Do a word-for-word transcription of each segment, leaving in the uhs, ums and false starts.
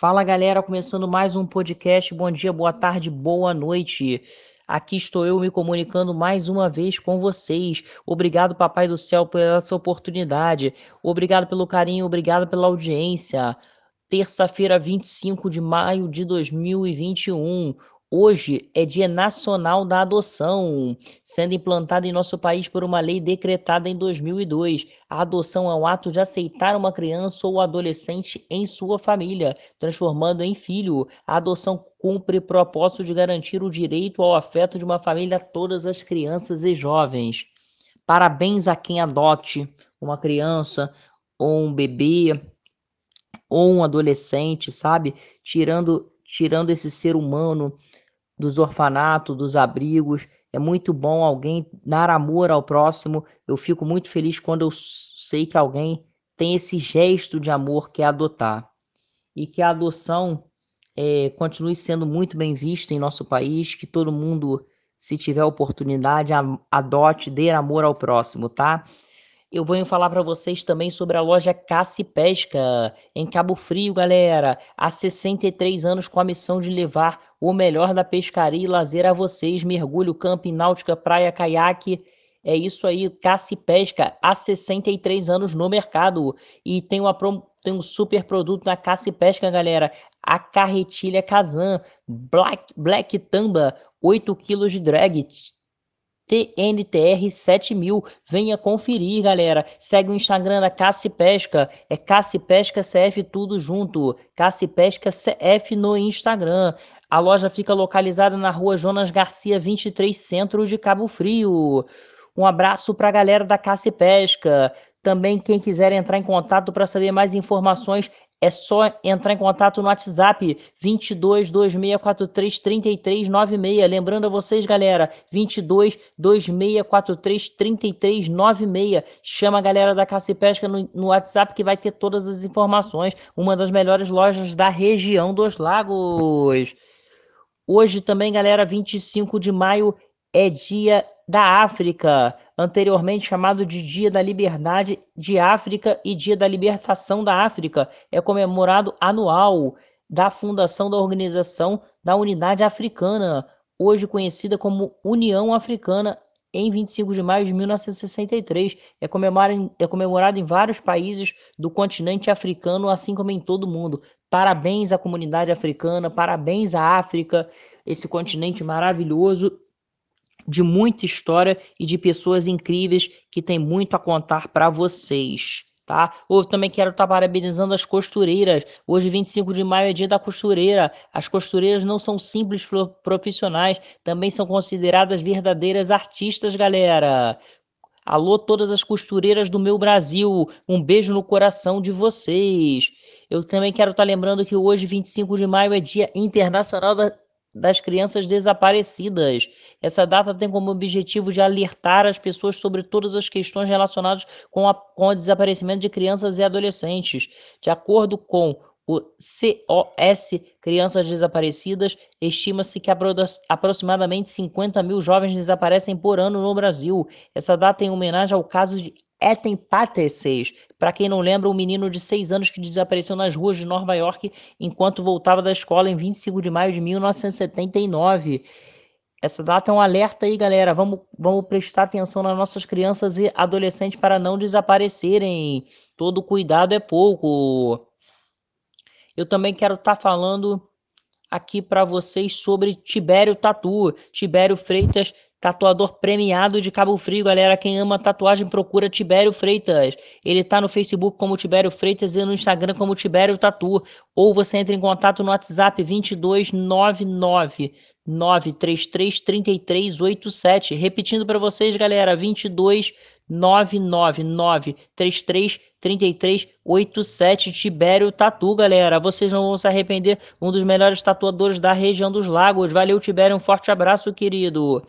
Fala galera, começando mais um podcast. Bom dia, boa tarde, boa noite. Aqui estou eu me comunicando mais uma vez com vocês. Obrigado, Papai do Céu, por essa oportunidade. Obrigado pelo carinho, obrigado pela audiência. Terça-feira, vinte e cinco de maio de dois mil e vinte e um. Hoje é Dia Nacional da Adoção, sendo implantada em nosso país por uma lei decretada em dois mil e dois. A adoção é o ato de aceitar uma criança ou adolescente em sua família, transformando em filho. A adoção cumpre o propósito de garantir o direito ao afeto de uma família a todas as crianças e jovens. Parabéns a quem adote uma criança ou um bebê ou um adolescente, sabe? Tirando, tirando esse ser humano dos orfanatos, dos abrigos. É muito bom alguém dar amor ao próximo. Eu fico muito feliz quando eu sei que alguém tem esse gesto de amor que é adotar. E que a adoção é, continue sendo muito bem vista em nosso país, que todo mundo, se tiver oportunidade, adote, dê amor ao próximo, tá? Eu venho falar para vocês também sobre a loja Caça e Pesca, em Cabo Frio, galera. Há sessenta e três anos com a missão de levar o melhor da pescaria e lazer a vocês. Mergulho, camping, náutica, praia, caiaque. É isso aí, Caça e Pesca. Há sessenta e três anos no mercado. E tem, uma, tem um super produto na Caça e Pesca, galera. A carretilha Kazan Black, Black Tamba, oito quilos de drag. T N T R sete mil. Venha conferir, galera. Segue o Instagram da Caça e Pesca. É Caça e Pesca C F tudo junto. Caça e Pesca C F no Instagram. A loja fica localizada na rua Jonas Garcia, vinte e três, centro de Cabo Frio. Um abraço para a galera da Caça e Pesca. Também quem quiser entrar em contato para saber mais informações, é só entrar em contato no WhatsApp vinte e dois, dois seis quatro três, trinta e três noventa e seis. Lembrando a vocês, galera, vinte e dois, dois seis quatro três, trinta e três noventa e seis. Chama a galera da Caça e Pesca no, no WhatsApp que vai ter todas as informações. Uma das melhores lojas da região dos lagos. Hoje também, galera, vinte e cinco de maio é Dia da África, anteriormente chamado de Dia da Liberdade de África e Dia da Libertação da África. É comemorado anual da fundação da Organização da Unidade Africana, hoje conhecida como União Africana, em vinte e cinco de maio de mil novecentos e sessenta e três. É comemorado, é comemorado em vários países do continente africano, assim como em todo o mundo. Parabéns à comunidade africana, parabéns à África, esse continente maravilhoso, de muita história e de pessoas incríveis que tem muito a contar para vocês, tá? Eu também quero estar parabenizando as costureiras. Hoje, vinte e cinco de maio, é dia da costureira. As costureiras não são simples profissionais, também são consideradas verdadeiras artistas, galera. Alô, todas as costureiras do meu Brasil, um beijo no coração de vocês. Eu também quero estar lembrando que hoje, vinte e cinco de maio, é Dia Internacional da, das Crianças Desaparecidas. Essa data tem como objetivo de alertar as pessoas sobre todas as questões relacionadas com, a, com o desaparecimento de crianças e adolescentes. De acordo com o C O S Crianças Desaparecidas, estima-se que apro aproximadamente cinquenta mil jovens desaparecem por ano no Brasil. Essa data é em homenagem ao caso de Ethan Patterson. Para quem não lembra, um menino de seis anos que desapareceu nas ruas de Nova York enquanto voltava da escola em vinte e cinco de maio de mil novecentos e setenta e nove. Essa data é um alerta aí, galera. Vamos, vamos prestar atenção nas nossas crianças e adolescentes para não desaparecerem. Todo cuidado é pouco. Eu também quero estar tá falando aqui para vocês sobre Tibério Tatu. Tibério Freitas, tatuador premiado de Cabo Frio, galera. Quem ama tatuagem, procura Tibério Freitas. Ele tá no Facebook como Tibério Freitas e no Instagram como Tibério Tatu. Ou você entra em contato no WhatsApp vinte e dois, nove nove nove três três, três três oito sete. Repetindo para vocês, galera, vinte e dois, nove nove nove três três, três três oito sete. Tibério Tatu, galera. Vocês não vão se arrepender. Um dos melhores tatuadores da região dos lagos. Valeu, Tibério. Um forte abraço, querido.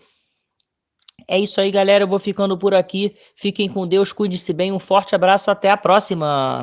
É isso aí, galera. Eu vou ficando por aqui. Fiquem com Deus. Cuide-se bem. Um forte abraço. Até a próxima.